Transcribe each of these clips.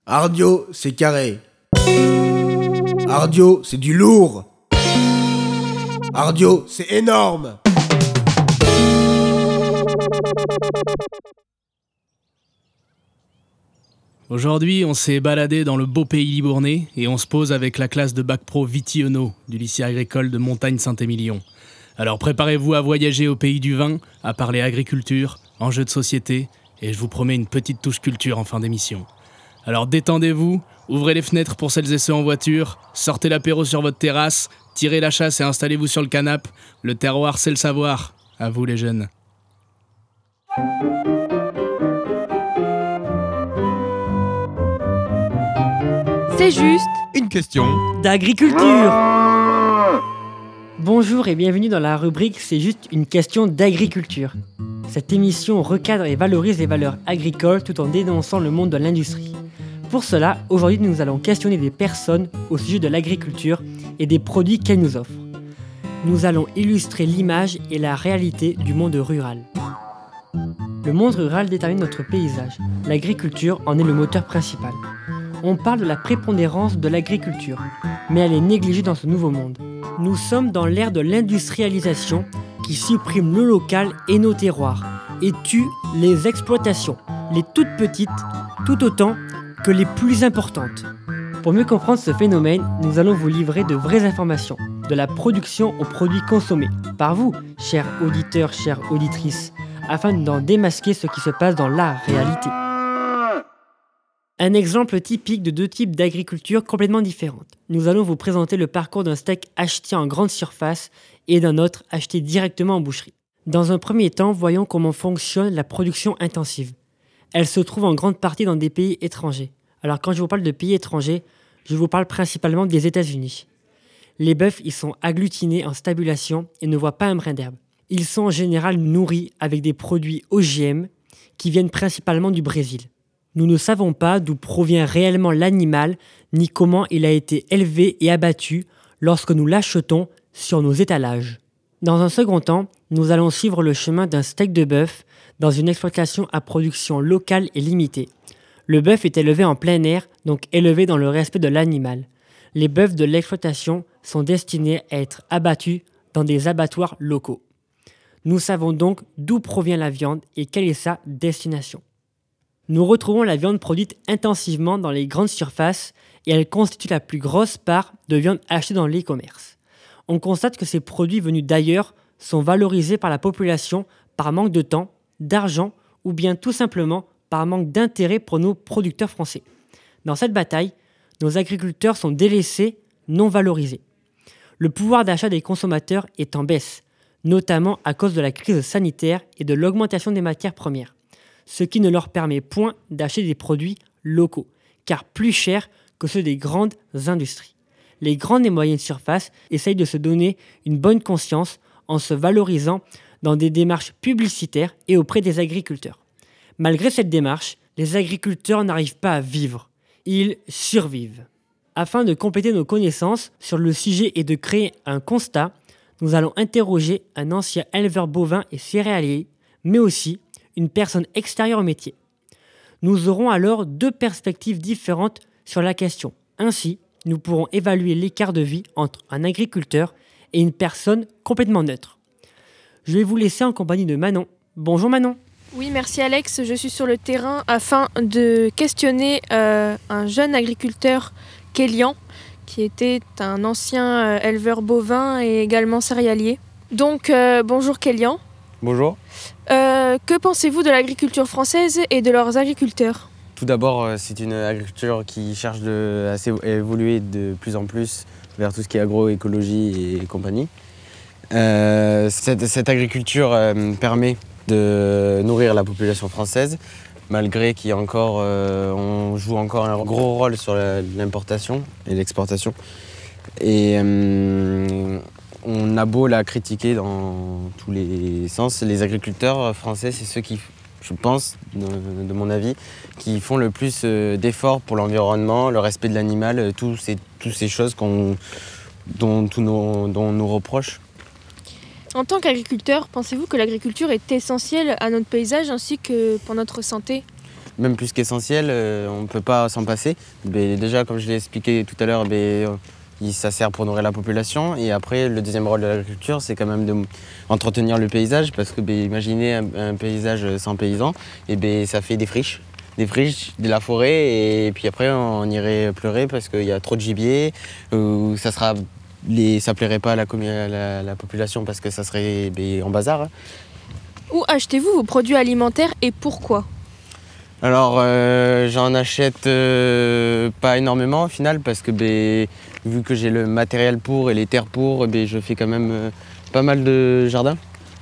Ardio, c'est carré. Ardio, c'est du lourd. Ardio, c'est énorme. Aujourd'hui, on s'est baladé dans le beau pays libournais et on se pose avec la classe de Bac Pro Viti-Eno du lycée agricole de Montagne-Saint-Émilion. Alors préparez-vous à voyager au pays du vin, à parler agriculture, enjeux de société, et je vous promets une petite touche culture en fin d'émission. Alors détendez-vous, ouvrez les fenêtres pour celles et ceux en voiture, sortez l'apéro sur votre terrasse, tirez la chasse et installez-vous sur le canapé. Le terroir, c'est le savoir. À vous les jeunes. C'est juste une question d'agriculture. Bonjour et bienvenue dans la rubrique C'est juste une question d'agriculture. Cette émission recadre et valorise les valeurs agricoles tout en dénonçant le monde de l'industrie. Pour cela, aujourd'hui nous allons questionner des personnes au sujet de l'agriculture et des produits qu'elle nous offre. Nous allons illustrer l'image et la réalité du monde rural. Le monde rural détermine notre paysage. L'agriculture en est le moteur principal. On parle de la prépondérance de l'agriculture, mais elle est négligée dans ce nouveau monde. Nous sommes dans l'ère de l'industrialisation qui supprime le local et nos terroirs et tue les exploitations, les toutes petites, tout autant que les plus importantes. Pour mieux comprendre ce phénomène, nous allons vous livrer de vraies informations, de la production aux produits consommés, par vous, chers auditeurs, chères auditrices, afin d'en démasquer ce qui se passe dans la réalité. Un exemple typique de deux types d'agriculture complètement différentes. Nous allons vous présenter le parcours d'un steak acheté en grande surface et d'un autre acheté directement en boucherie. Dans un premier temps, voyons comment fonctionne la production intensive. Elle se trouve en grande partie dans des pays étrangers. Alors quand je vous parle de pays étrangers, je vous parle principalement des États-Unis. Les bœufs y sont agglutinés en stabulation et ne voient pas un brin d'herbe. Ils sont en général nourris avec des produits OGM qui viennent principalement du Brésil. Nous ne savons pas d'où provient réellement l'animal, ni comment il a été élevé et abattu lorsque nous l'achetons sur nos étalages. Dans un second temps, nous allons suivre le chemin d'un steak de bœuf dans une exploitation à production locale et limitée. Le bœuf est élevé en plein air, donc élevé dans le respect de l'animal. Les bœufs de l'exploitation sont destinés à être abattus dans des abattoirs locaux. Nous savons donc d'où provient la viande et quelle est sa destination. Nous retrouvons la viande produite intensivement dans les grandes surfaces et elle constitue la plus grosse part de viande achetée dans l'e-commerce. On constate que ces produits venus d'ailleurs sont valorisés par la population par manque de temps, d'argent ou bien tout simplement par manque d'intérêt pour nos producteurs français. Dans cette bataille, nos agriculteurs sont délaissés, non valorisés. Le pouvoir d'achat des consommateurs est en baisse, notamment à cause de la crise sanitaire et de l'augmentation des matières premières, ce qui ne leur permet point d'acheter des produits locaux, car plus chers que ceux des grandes industries. Les grandes et moyennes surfaces essayent de se donner une bonne conscience en se valorisant dans des démarches publicitaires et auprès des agriculteurs. Malgré cette démarche, les agriculteurs n'arrivent pas à vivre, ils survivent. Afin de compléter nos connaissances sur le sujet et de créer un constat, nous allons interroger un ancien éleveur bovin et céréalier, mais aussi une personne extérieure au métier. Nous aurons alors deux perspectives différentes sur la question. Ainsi, nous pourrons évaluer l'écart de vie entre un agriculteur et une personne complètement neutre. Je vais vous laisser en compagnie de Manon. Bonjour Manon. Oui, merci Alex. Je suis sur le terrain afin de questionner un jeune agriculteur Kélian, qui était un ancien éleveur bovin et également céréalier. Donc, bonjour Kélian. Bonjour. Que pensez-vous de l'agriculture française et de leurs agriculteurs ? Tout d'abord, c'est une agriculture qui cherche à évoluer de plus en plus vers tout ce qui est agroécologie et compagnie. Cette agriculture permet de nourrir la population française, malgré on joue encore un gros rôle sur l'importation et l'exportation. Et on a beau la critiquer dans tous les sens, les agriculteurs français, c'est ceux qui, je pense, de mon avis, qui font le plus d'efforts pour l'environnement, le respect de l'animal, toutes ces choses dont on nous reproche. En tant qu'agriculteur, pensez-vous que l'agriculture est essentielle à notre paysage ainsi que pour notre santé ? même plus qu'essentiel, on ne peut pas s'en passer. Mais déjà, comme je l'ai expliqué tout à l'heure, ça sert pour nourrir la population. Et après, le deuxième rôle de l'agriculture, c'est quand même d'entretenir le paysage, parce que imaginez un paysage sans paysans, et ça fait des friches, de la forêt, et puis après on irait pleurer parce qu'il y a trop de gibier, ou ça plairait pas à la population parce que ça serait en bazar. Hein. Où achetez-vous vos produits alimentaires et pourquoi ? Alors j'en achète pas énormément au final parce que vu que j'ai le matériel pour et les terres pour, je fais quand même pas mal de jardin.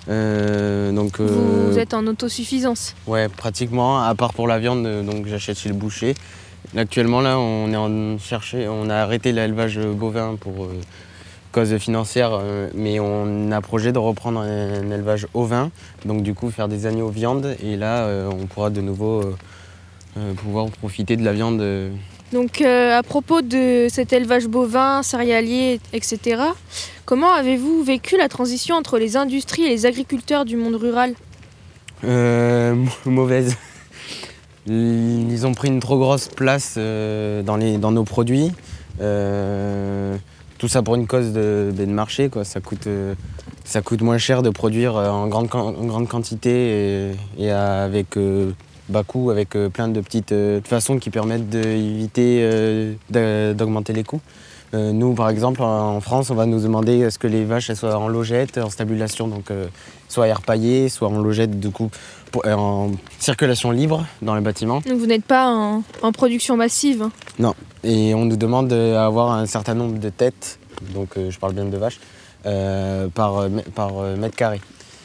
Vous êtes en autosuffisance ? Ouais, pratiquement, à part pour la viande, donc j'achète chez le boucher. Actuellement là, on a arrêté l'élevage bovin pour cause financière, mais on a projet de reprendre un élevage ovin, donc du coup faire des agneaux viande, et là on pourra de nouveau pouvoir profiter de la viande. Donc à propos de cet élevage bovin, céréalier, etc., comment avez-vous vécu la transition entre les industries et les agriculteurs du monde rural ? Mauvaise. Ils ont pris une trop grosse place dans nos produits. Tout ça pour une cause de marché, quoi. Ça coûte moins cher de produire en grande quantité et avec bas coût, avec plein de petites façons qui permettent d'éviter d'augmenter les coûts. Nous, par exemple, en France, on va nous demander est-ce que les vaches elles soient en logette, en stabulation, donc soit air-paillé, soit en logette, du coup, en circulation libre dans les bâtiments. Donc vous n'êtes pas en production massive ? Non, et on nous demande d'avoir un certain nombre de têtes, donc je parle bien de vaches, par mètre carré.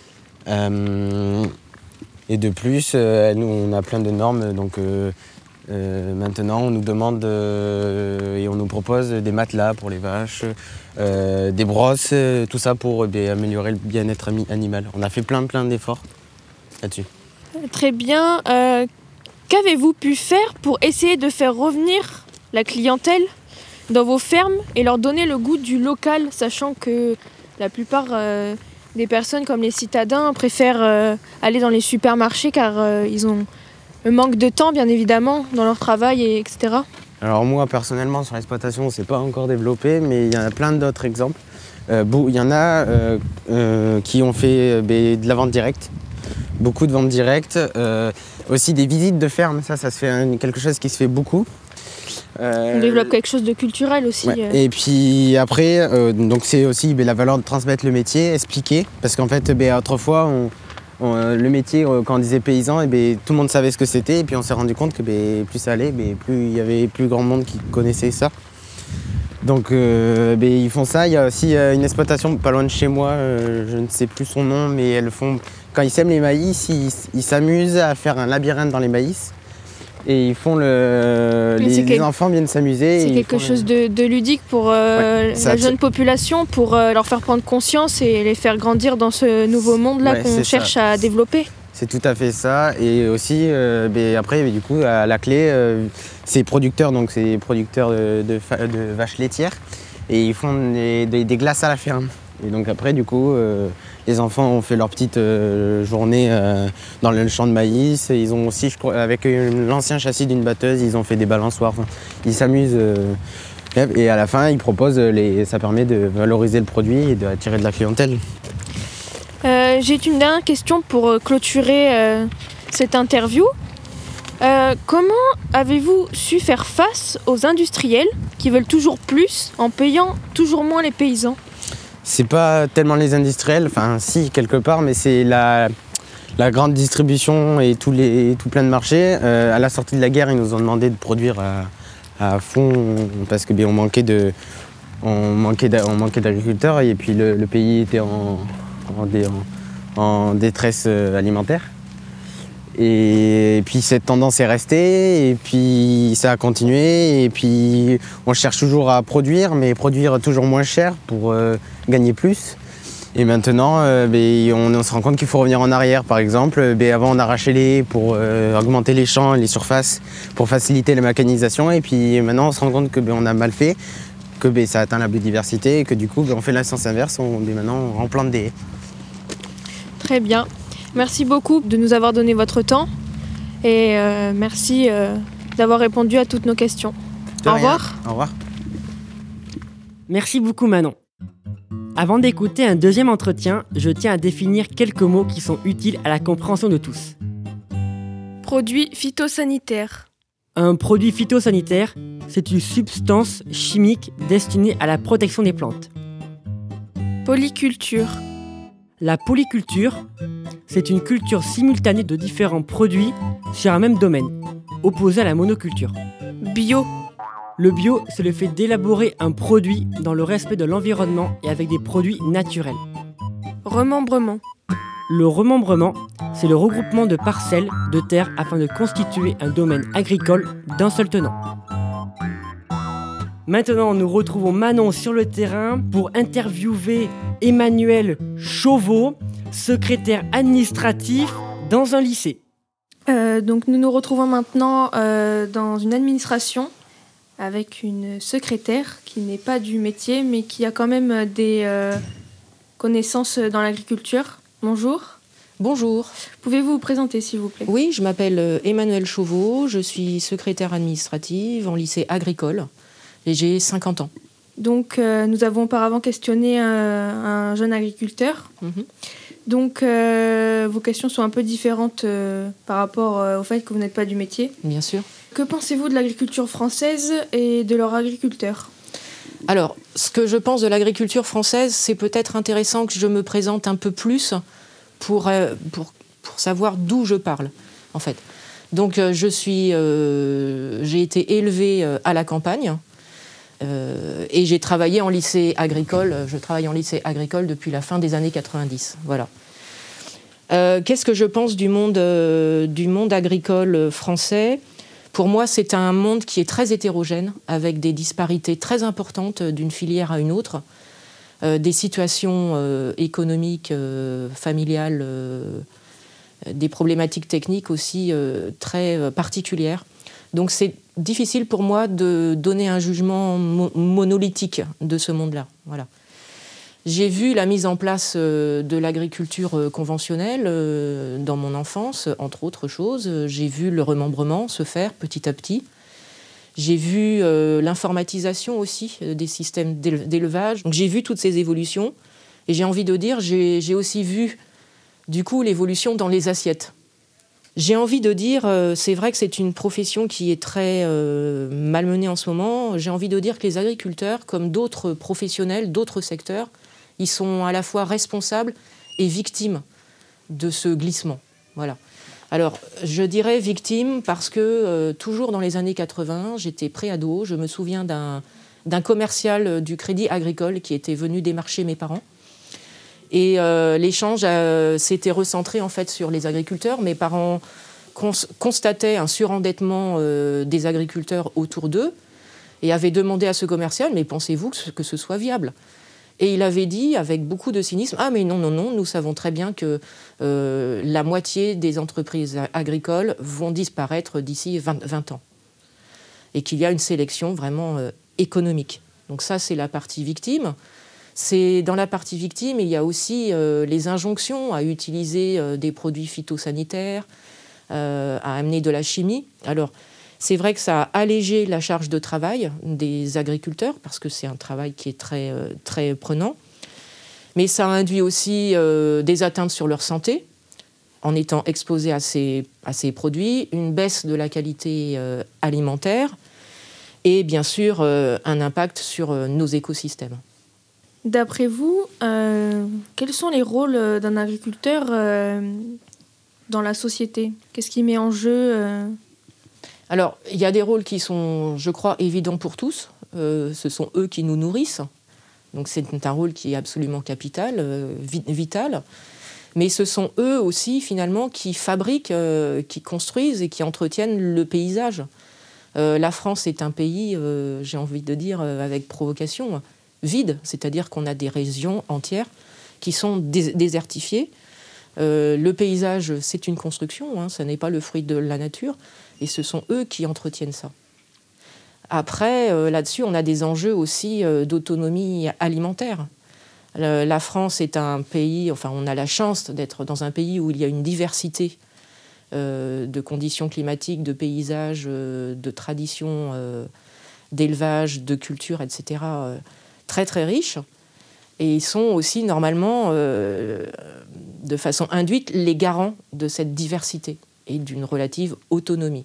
Et de plus, nous, on a plein de normes, donc maintenant on nous demande et on nous propose des matelas pour les vaches, des brosses, tout ça pour améliorer le bien-être animal. On a fait plein d'efforts là-dessus. Très bien. Qu'avez-vous pu faire pour essayer de faire revenir la clientèle dans vos fermes et leur donner le goût du local, sachant que la plupart des personnes comme les citadins préfèrent aller dans les supermarchés car ils ont un manque de temps bien évidemment dans leur travail, etc. Alors moi personnellement sur l'exploitation c'est pas encore développé, mais il y en a plein d'autres exemples. Il y en a qui ont fait de la vente directe, beaucoup de ventes directes, aussi des visites de ferme, ça se fait quelque chose qui se fait beaucoup. On développe quelque chose de culturel aussi. Ouais. Et puis après, donc c'est aussi la valeur de transmettre le métier, expliquer, parce qu'en fait autrefois le métier, quand on disait paysan, tout le monde savait ce que c'était, et puis on s'est rendu compte que plus ça allait, plus il y avait plus grand monde qui connaissait ça. Donc ils font ça. Il y a aussi une exploitation pas loin de chez moi, je ne sais plus son nom, mais elles font, quand ils sèment les maïs, ils s'amusent à faire un labyrinthe dans les maïs. Et ils font les enfants viennent s'amuser. C'est quelque chose de ludique pour la jeune population, pour leur faire prendre conscience et les faire grandir dans ce nouveau monde-là qu'on cherche à développer. C'est tout à fait ça. Et aussi, après, du coup, à la clé, c'est producteurs, donc c'est producteurs de vaches laitières. Et ils font des glaces à la ferme. Et donc après, du coup, les enfants ont fait leur petite journée dans le champ de maïs. Ils ont aussi, je crois, avec l'ancien châssis d'une batteuse, ils ont fait des balançoires. Enfin, ils s'amusent. Et à la fin, ils proposent, ça permet de valoriser le produit et d'attirer de la clientèle. J'ai une dernière question pour clôturer cette interview. Comment avez-vous su faire face aux industriels qui veulent toujours plus en payant toujours moins les paysans ? C'est pas tellement les industriels, enfin si quelque part, mais c'est la grande distribution et tout plein de marchés. À la sortie de la guerre, ils nous ont demandé de produire à fond parce que on manquait d'agriculteurs et puis le pays était en détresse alimentaire. Et puis cette tendance est restée et puis ça a continué et puis on cherche toujours à produire, mais produire toujours moins cher pour gagner plus. Et maintenant on se rend compte qu'il faut revenir en arrière. Par exemple, avant on arrachait les haies pour augmenter les champs, les surfaces, pour faciliter la mécanisation, et puis maintenant on se rend compte que on a mal fait, que ça atteint la biodiversité et que du coup on fait le sens inverse, maintenant on replante des haies. Très bien. Merci beaucoup de nous avoir donné votre temps. Et merci d'avoir répondu à toutes nos questions. De Au rien. revoir. Au revoir. Merci beaucoup Manon. Avant d'écouter un deuxième entretien, je tiens à définir quelques mots qui sont utiles à la compréhension de tous. Produits phytosanitaires. Un produit phytosanitaire, c'est une substance chimique destinée à la protection des plantes. Polyculture. La polyculture, c'est une culture simultanée de différents produits sur un même domaine, opposé à la monoculture. Bio. Le bio, c'est le fait d'élaborer un produit dans le respect de l'environnement et avec des produits naturels. Remembrement. Le remembrement, c'est le regroupement de parcelles de terre afin de constituer un domaine agricole d'un seul tenant. Maintenant, nous retrouvons Manon sur le terrain pour interviewer Emmanuel Chauveau, secrétaire administratif dans un lycée. Donc nous nous retrouvons maintenant dans une administration avec une secrétaire qui n'est pas du métier mais qui a quand même des connaissances dans l'agriculture. Bonjour. Bonjour. Pouvez-vous vous présenter s'il vous plaît ? Oui, je m'appelle Emmanuel Chauveau, je suis secrétaire administrative en lycée agricole et j'ai 50 ans. Donc nous avons auparavant questionné un jeune agriculteur. Mhm. Donc vos questions sont un peu différentes par rapport au fait que vous n'êtes pas du métier. Bien sûr. Que pensez-vous de l'agriculture française et de leurs agriculteurs ? Alors, ce que je pense de l'agriculture française, c'est peut-être intéressant que je me présente un peu plus pour savoir d'où je parle, en fait. Donc, j'ai été élevée à la campagne et j'ai travaillé en lycée agricole. Je travaille en lycée agricole depuis la fin des années 90. Voilà. Qu'est-ce que je pense du monde agricole français ? Pour moi, c'est un monde qui est très hétérogène, avec des disparités très importantes d'une filière à une autre, des situations économiques, familiales, des problématiques techniques aussi très particulières. Donc c'est difficile pour moi de donner un jugement monolithique de ce monde-là. Voilà. J'ai vu la mise en place de l'agriculture conventionnelle dans mon enfance, entre autres choses. J'ai vu le remembrement se faire petit à petit. J'ai vu l'informatisation aussi des systèmes d'élevage. Donc j'ai vu toutes ces évolutions. Et j'ai envie de dire, j'ai aussi vu du coup l'évolution dans les assiettes. J'ai envie de dire, c'est vrai que c'est une profession qui est très malmenée en ce moment. J'ai envie de dire que les agriculteurs, comme d'autres professionnels, d'autres secteurs, ils sont à la fois responsables et victimes de ce glissement. Voilà. Alors, je dirais victime parce que toujours dans les années 80, j'étais pré-ado, je me souviens d'un commercial du Crédit Agricole qui était venu démarcher mes parents. Et l'échange s'était recentré en fait sur les agriculteurs. Mes parents constataient un surendettement des agriculteurs autour d'eux et avaient demandé à ce commercial « Mais pensez-vous que ce soit viable ?» Et il avait dit, avec beaucoup de cynisme, « Ah mais non, nous savons très bien que la moitié des entreprises agricoles vont disparaître d'ici 20 ans. Et qu'il y a une sélection vraiment économique. » Donc ça, c'est la partie victime. Dans la partie victime, il y a aussi les injonctions à utiliser des produits phytosanitaires, à amener de la chimie. Alors, c'est vrai que ça a allégé la charge de travail des agriculteurs, parce que c'est un travail qui est très, très prenant. Mais ça a induit aussi des atteintes sur leur santé, en étant exposés à ces produits, une baisse de la qualité alimentaire, et bien sûr un impact sur nos écosystèmes. D'après vous, quels sont les rôles d'un agriculteur dans la société ? Qu'est-ce qui met en jeu Alors, il y a des rôles qui sont, je crois, évidents pour tous. Ce sont eux qui nous nourrissent. Donc c'est un rôle qui est absolument capital, vital. Mais ce sont eux aussi, finalement, qui fabriquent, qui construisent et qui entretiennent le paysage. La France est un pays, j'ai envie de dire, avec provocation, vide. C'est-à-dire qu'on a des régions entières qui sont désertifiées. Le paysage, c'est une construction, ça n'est pas le fruit de la nature. Et ce sont eux qui entretiennent ça. Après, là-dessus, on a des enjeux aussi d'autonomie alimentaire. La France est un pays, enfin, on a la chance d'être dans un pays où il y a une diversité de conditions climatiques, de paysages, de traditions d'élevage, de culture, etc., très très riches. Et ils sont aussi normalement, de façon induite, les garants de cette diversité et d'une relative autonomie.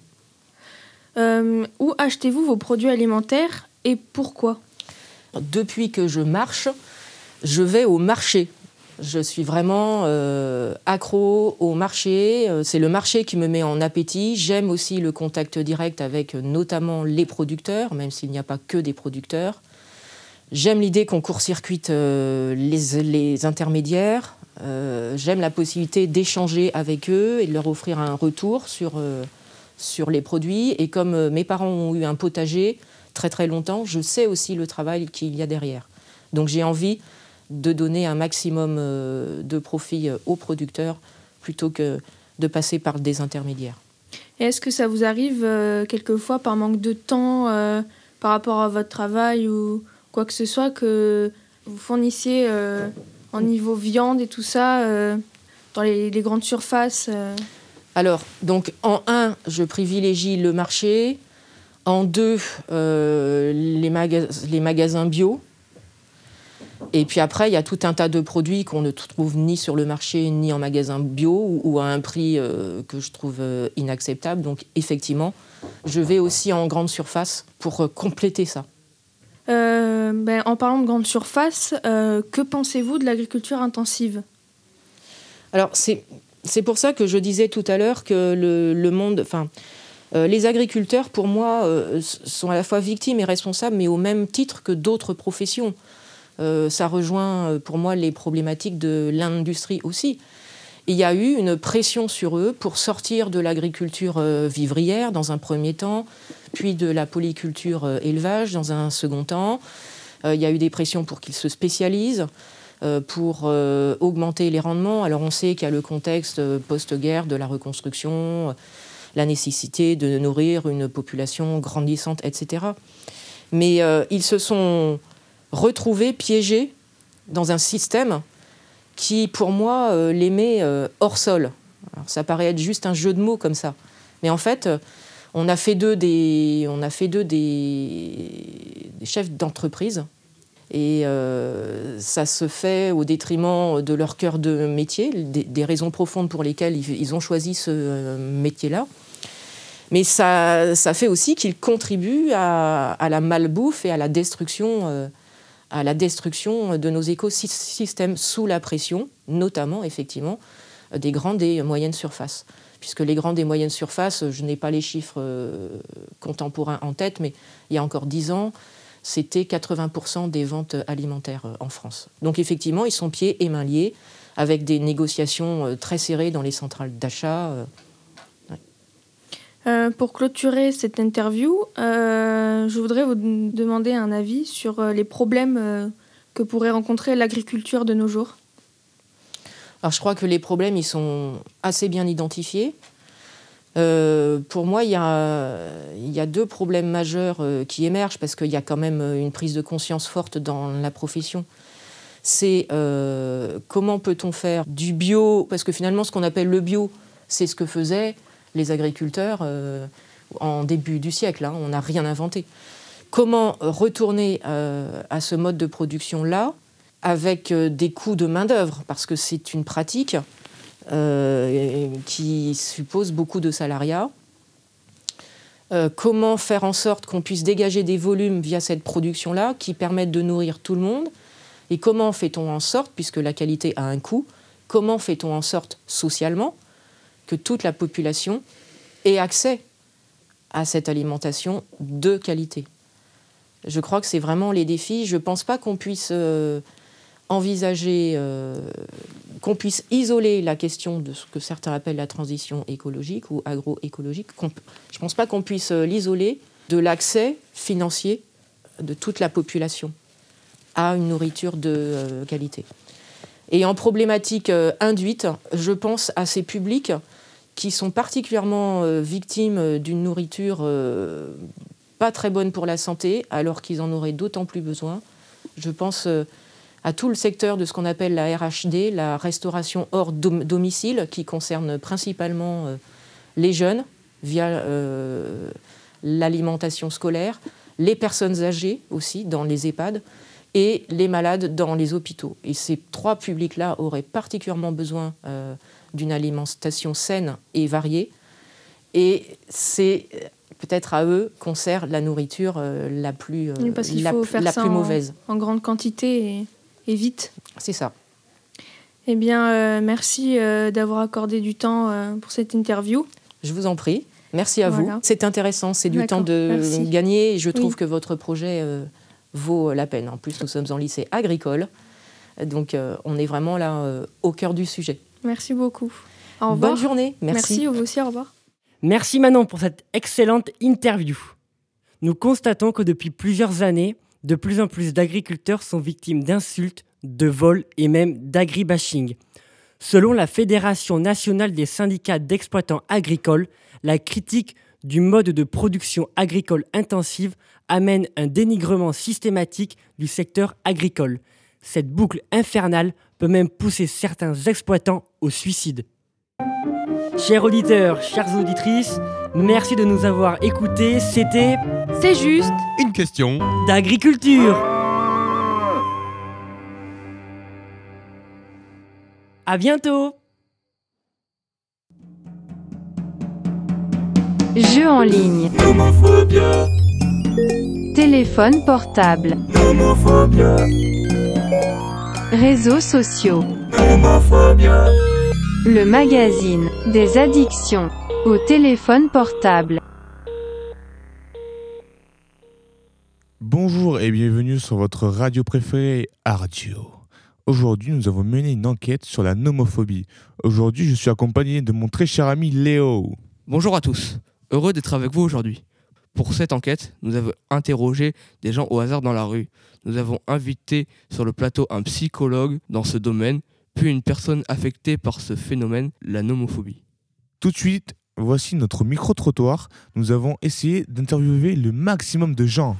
Où achetez-vous vos produits alimentaires et pourquoi ? Depuis que je marche, je vais au marché. Je suis vraiment accro au marché. C'est le marché qui me met en appétit. J'aime aussi le contact direct avec notamment les producteurs, même s'il n'y a pas que des producteurs. J'aime l'idée qu'on court-circuite les intermédiaires. J'aime la possibilité d'échanger avec eux et de leur offrir un retour sur les produits. Et comme mes parents ont eu un potager très très longtemps, je sais aussi le travail qu'il y a derrière. Donc j'ai envie de donner un maximum de profit aux producteurs plutôt que de passer par des intermédiaires. Et est-ce que ça vous arrive quelquefois par manque de temps par rapport à votre travail ou quoi que ce soit que vous fournissiez en niveau viande et tout ça dans les grandes surfaces Alors, donc en 1, je privilégie le marché. En 2, les magasins bio. Et puis après, il y a tout un tas de produits qu'on ne trouve ni sur le marché ni en magasin bio ou à un prix que je trouve inacceptable. Donc effectivement, je vais aussi en grande surface pour compléter ça. En parlant de grande surface, que pensez-vous de l'agriculture intensive ? Alors c'est pour ça que je disais tout à l'heure que le monde... les agriculteurs, pour moi, sont à la fois victimes et responsables, mais au même titre que d'autres professions. Ça rejoint, pour moi, les problématiques de l'industrie aussi. Il y a eu une pression sur eux pour sortir de l'agriculture vivrière, dans un premier temps, puis de la polyculture élevage, dans un second temps. Il y a eu des pressions pour qu'ils se spécialisent, pour augmenter les rendements. Alors on sait qu'il y a le contexte post-guerre de la reconstruction, la nécessité de nourrir une population grandissante, etc. Mais ils se sont retrouvés piégés dans un système qui, pour moi, les met hors sol. Alors, ça paraît être juste un jeu de mots comme ça. Mais en fait, on a fait d'eux des chefs d'entreprise. Et ça se fait au détriment de leur cœur de métier, des raisons profondes pour lesquelles ils ont choisi ce métier-là. Mais ça fait aussi qu'ils contribuent à la malbouffe et à la destruction de nos écosystèmes sous la pression, notamment, effectivement, des grandes et moyennes surfaces. Puisque les grandes et moyennes surfaces, je n'ai pas les chiffres contemporains en tête, mais il y a encore 10 ans, c'était 80% des ventes alimentaires en France. Donc effectivement, ils sont pieds et mains liés, avec des négociations très serrées dans les centrales d'achat. Pour clôturer cette interview, je voudrais vous demander un avis sur les problèmes que pourrait rencontrer l'agriculture de nos jours. Alors je crois que les problèmes, ils sont assez bien identifiés. Pour moi, il y a 2 problèmes majeurs qui émergent parce qu'il y a quand même une prise de conscience forte dans la profession. C'est comment peut-on faire du bio, parce que finalement, ce qu'on appelle le bio, c'est ce que faisaient les agriculteurs en début du siècle. On n'a rien inventé. Comment retourner à ce mode de production-là avec des coûts de main-d'œuvre, parce que c'est une pratique qui suppose beaucoup de salariat. Comment faire en sorte qu'on puisse dégager des volumes via cette production-là qui permettent de nourrir tout le monde ? Et comment fait-on en sorte, puisque la qualité a un coût, comment fait-on en sorte socialement que toute la population ait accès à cette alimentation de qualité ? Je crois que c'est vraiment les défis. Je ne pense pas qu'on puisse envisager, qu'on puisse isoler la question de ce que certains appellent la transition écologique ou agroécologique. Je ne pense pas qu'on puisse l'isoler de l'accès financier de toute la population à une nourriture de qualité. Et en problématique induite, je pense à ces publics qui sont particulièrement victimes d'une nourriture pas très bonne pour la santé, alors qu'ils en auraient d'autant plus besoin. Je pense à tout le secteur de ce qu'on appelle la RHD, la restauration hors domicile, qui concerne principalement les jeunes via l'alimentation scolaire, les personnes âgées aussi dans les EHPAD et les malades dans les hôpitaux. Et ces 3 publics-là auraient particulièrement besoin d'une alimentation saine et variée. Et c'est peut-être à eux qu'on sert la nourriture la plus mauvaise. En grande quantité et vite. C'est ça. Eh bien, merci d'avoir accordé du temps pour cette interview. Je vous en prie. Merci à vous. C'est intéressant, c'est du temps de gagner. Et je trouve que votre projet vaut la peine. En plus, nous sommes en lycée agricole. Donc, on est vraiment là au cœur du sujet. Merci beaucoup. Au revoir. Bonne journée. Merci, vous aussi, au revoir. Merci Manon pour cette excellente interview. Nous constatons que depuis plusieurs années, de plus en plus d'agriculteurs sont victimes d'insultes, de vols et même d'agribashing. Selon la Fédération nationale des syndicats d'exploitants agricoles, la critique du mode de production agricole intensive amène un dénigrement systématique du secteur agricole. Cette boucle infernale peut même pousser certains exploitants au suicide. Chers auditeurs, chères auditrices, merci de nous avoir écoutés. C'était C'est juste une question d'agriculture. À bientôt. Jeux en ligne. Téléphone portable. Réseaux sociaux. Le magazine des addictions au téléphone portable. Bonjour et bienvenue sur votre radio préférée, Radio. Aujourd'hui, nous avons mené une enquête sur la nomophobie. Aujourd'hui, je suis accompagné de mon très cher ami Léo. Bonjour à tous, heureux d'être avec vous aujourd'hui. Pour cette enquête, nous avons interrogé des gens au hasard dans la rue. Nous avons invité sur le plateau un psychologue dans ce domaine, puis une personne affectée par ce phénomène, la nomophobie. Tout de suite, voici notre micro-trottoir. Nous avons essayé d'interviewer le maximum de gens.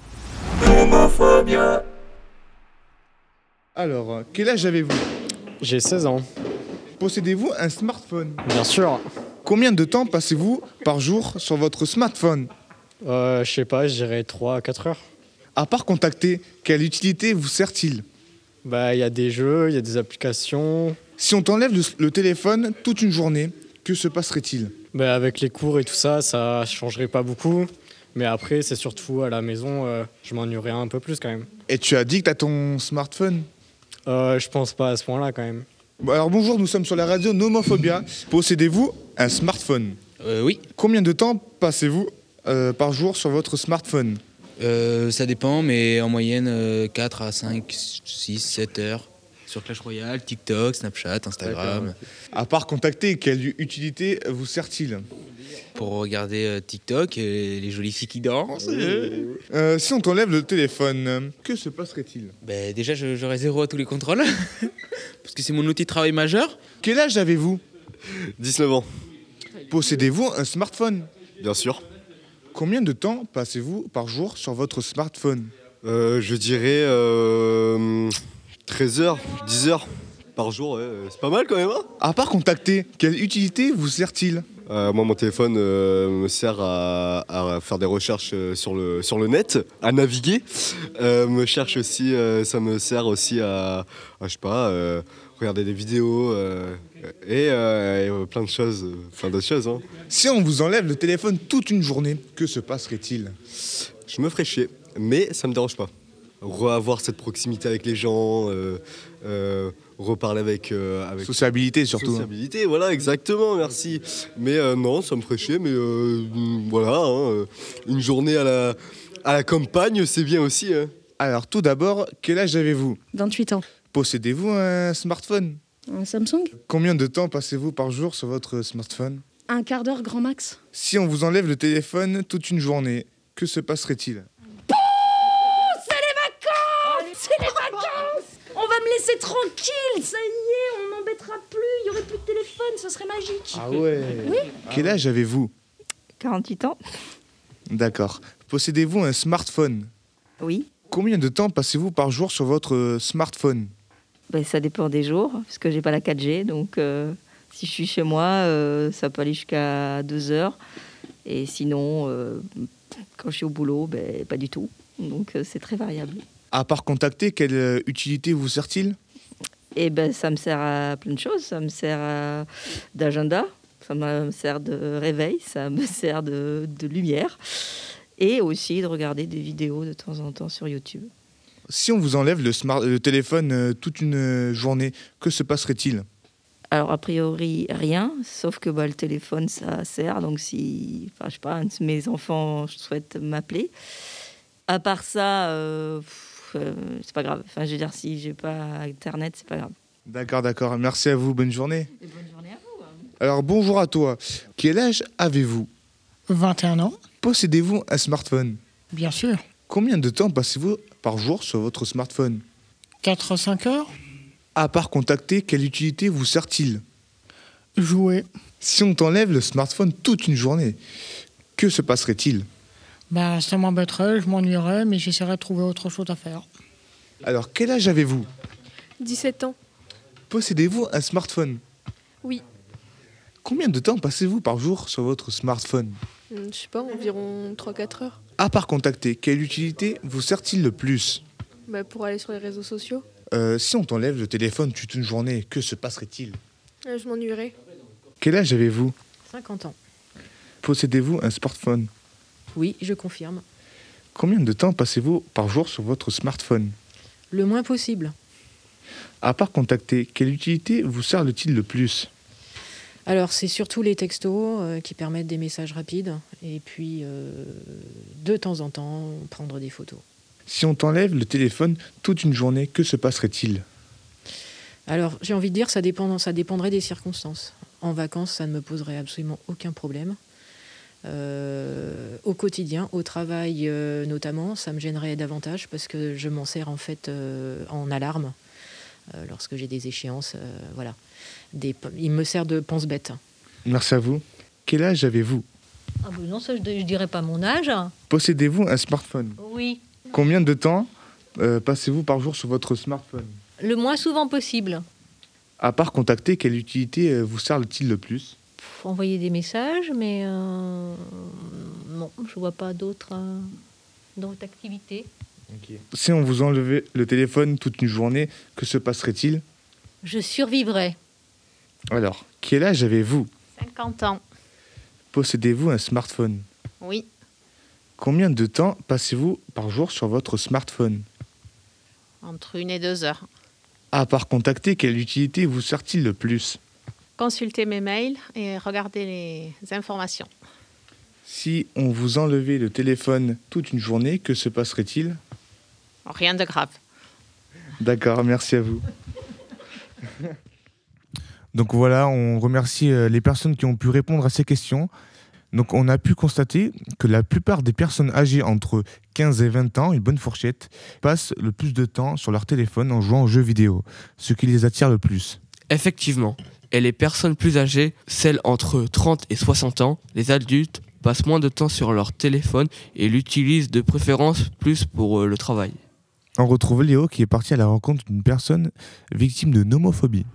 Alors, quel âge avez-vous ? J'ai 16 ans. Possédez-vous un smartphone ? Bien sûr. Combien de temps passez-vous par jour sur votre smartphone ? Je sais pas, je dirais 3 à 4 heures. À part contacter, quelle utilité vous sert-il ? Il y a des jeux, il y a des applications. Si on t'enlève le téléphone toute une journée, que se passerait-il ? Avec les cours et tout ça, ça changerait pas beaucoup. Mais après, c'est surtout à la maison, je m'ennuierais un peu plus quand même. Et tu es addict à ton smartphone ? Je pense pas à ce point-là quand même. Alors bonjour, nous sommes sur la radio Nomophobia. Possédez-vous un smartphone ? Oui. Combien de temps passez-vous par jour sur votre smartphone ? Ça dépend, mais en moyenne 4 à 5, 6, 7 heures. Sur Clash Royale, TikTok, Snapchat, Instagram. D'accord. À part contacter, quelle utilité vous sert-il ? Pour regarder TikTok et les jolies filles qui dansent. Si on t'enlève le téléphone, que se passerait-il ? Déjà, j'aurais 0 à tous les contrôles. Parce que c'est mon outil de travail majeur. Quel âge avez-vous ? 19 ans. Possédez-vous un smartphone ? Bien sûr. Combien de temps passez-vous par jour sur votre smartphone ? Je dirais 13 heures, 10 heures par jour. C'est pas mal quand même. Hein ? À part contacter, quelle utilité vous sert-il ? Moi, mon téléphone me sert à faire des recherches sur le net, à naviguer. Ça me sert aussi à regarder des vidéos et plein d'autres choses. Hein. Si on vous enlève le téléphone toute une journée, que se passerait-il ? Je me ferais chier, mais ça me dérange pas. Avoir cette proximité avec les gens, reparler avec... Sociabilité surtout. Sociabilité, voilà, exactement, merci. Mais non, ça me ferait chier, mais une journée à la campagne, c'est bien aussi. Hein. Alors tout d'abord, quel âge avez-vous ? 28 ans. Possédez-vous un smartphone ? Un Samsung ? Combien de temps passez-vous par jour sur votre smartphone ? Un quart d'heure grand max. Si on vous enlève le téléphone toute une journée, que se passerait-il ? C'est les vacances. On va me laisser tranquille, ça y est, on m'embêtera plus, il n'y aurait plus de téléphone, ce serait magique. Ah ouais. Oui. Quel âge avez-vous ? 48 ans. D'accord. Possédez-vous un smartphone ? Oui. Combien de temps passez-vous par jour sur votre smartphone ? Ça dépend des jours, parce que j'ai pas la 4G, donc Si je suis chez moi, ça peut aller jusqu'à 2 heures. Et sinon, quand je suis au boulot, pas du tout. Donc c'est très variable. À part contacter, quelle utilité vous sert-il? Et ça me sert à plein de choses. Ça me sert d'agenda, ça me sert de réveil, ça me sert de lumière. Et aussi de regarder des vidéos de temps en temps sur YouTube. Si on vous enlève le téléphone toute une journée, que se passerait-il? Alors, a priori, rien, sauf que le téléphone, ça sert. Donc, si, je sais pas, un de mes enfants souhaite m'appeler. À part ça, c'est pas grave. Je veux dire, si j'ai pas Internet, c'est pas grave. D'accord. Merci à vous. Bonne journée. Et bonne journée à vous. Alors, bonjour à toi. Quel âge avez-vous? 21 ans. Possédez-vous un smartphone? Bien sûr. Combien de temps passez-vous par jour sur votre smartphone? 4 à 5 heures. À part contacter, quelle utilité vous sert-il? Jouer. Si on t'enlève le smartphone toute une journée, que se passerait-il? Ça m'embêterait, je m'ennuierais, mais j'essaierais de trouver autre chose à faire. Alors, quel âge avez-vous? 17 ans. Possédez-vous un smartphone? Oui. Combien de temps passez-vous par jour sur votre smartphone? Je sais pas, environ 3-4 heures. À part contacter, quelle utilité vous sert-il le plus? Pour aller sur les réseaux sociaux. Si on t'enlève le téléphone toute une journée, que se passerait-il? Je m'ennuierais. Quel âge avez-vous? 50 ans. Possédez-vous un smartphone? Oui, je confirme. Combien de temps passez-vous par jour sur votre smartphone? Le moins possible. À part contacter, quelle utilité vous sert-il le plus? Alors, c'est surtout les textos qui permettent des messages rapides. Et puis, de temps en temps, prendre des photos. Si on t'enlève le téléphone toute une journée, que se passerait-il? Alors, j'ai envie de dire, ça dépendrait des circonstances. En vacances, ça ne me poserait absolument aucun problème. Au quotidien, au travail notamment, ça me gênerait davantage parce que je m'en sers en fait en alarme lorsque j'ai des échéances. Voilà. Il me sert de pense-bête. Merci à vous. Quel âge avez-vous? Non, ça, je dirais pas mon âge. Possédez-vous un smartphone? Oui. Combien de temps passez-vous par jour sur votre smartphone? Le moins souvent possible. À part contacter, quelle utilité vous sert-il le plus? Envoyer des messages, mais non, je vois pas d'autres activités. Okay. Si on vous enlevait le téléphone toute une journée, que se passerait-il? Je survivrais. Alors, quel âge avez-vous? 50 ans. Possédez-vous un smartphone? Oui. Combien de temps passez-vous par jour sur votre smartphone? Entre 1 et 2 heures. À part contacter, quelle utilité vous sert-il le plus? Consulter mes mails et regarder les informations. Si on vous enlevait le téléphone toute une journée, que se passerait-il? Rien de grave. D'accord, merci à vous. Donc voilà, on remercie les personnes qui ont pu répondre à ces questions. Donc on a pu constater que la plupart des personnes âgées entre 15 et 20 ans, une bonne fourchette, passent le plus de temps sur leur téléphone en jouant aux jeux vidéo, ce qui les attire le plus. Effectivement. Et les personnes plus âgées, celles entre 30 et 60 ans, les adultes, passent moins de temps sur leur téléphone et l'utilisent de préférence plus pour le travail. On retrouve Léo qui est parti à la rencontre d'une personne victime de nomophobie.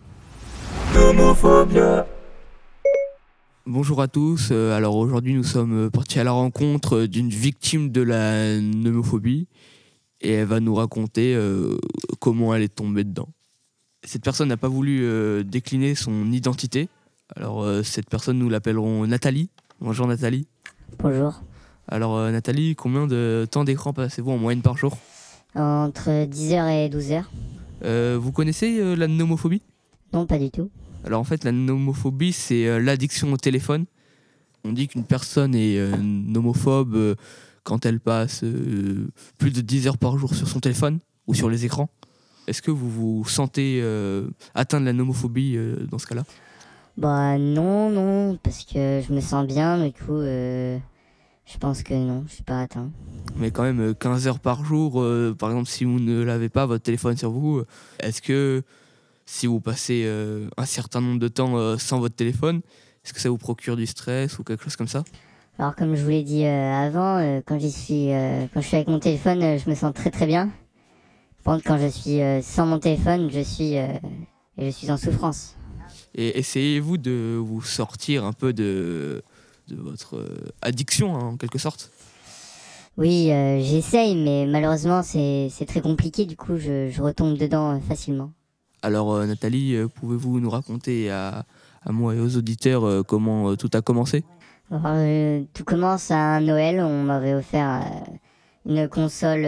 Bonjour à tous, alors aujourd'hui nous sommes partis à la rencontre d'une victime de la nomophobie et elle va nous raconter comment elle est tombée dedans. Cette personne n'a pas voulu décliner son identité, alors cette personne nous l'appellerons Nathalie. Bonjour Nathalie. Bonjour. Alors Nathalie, combien de temps d'écran passez-vous en moyenne par jour? Entre 10h et 12h. Vous connaissez la nomophobie? Non, pas du tout. Alors en fait, la nomophobie, c'est l'addiction au téléphone. On dit qu'une personne est nomophobe quand elle passe plus de 10 heures par jour sur son téléphone ou sur les écrans. Est-ce que vous vous sentez atteint de la nomophobie dans ce cas-là? Non, parce que je me sens bien, du coup, je pense que non, je suis pas atteint. Mais quand même, 15 heures par jour, par exemple, si vous ne l'avez pas, votre téléphone sur vous, est-ce que si vous passez un certain nombre de temps sans votre téléphone, est-ce que ça vous procure du stress ou quelque chose comme ça? Alors comme je vous l'ai dit avant, quand je suis avec mon téléphone, je me sens très très bien. Par contre, quand je suis sans mon téléphone, je suis en souffrance. Et essayez-vous de vous sortir un peu de votre addiction, en quelque sorte? Oui, j'essaye, mais malheureusement, c'est très compliqué. Du coup, je retombe dedans facilement. Alors Nathalie, pouvez-vous nous raconter à moi et aux auditeurs comment tout a commencé? Alors, tout commence à Noël. On m'avait offert une console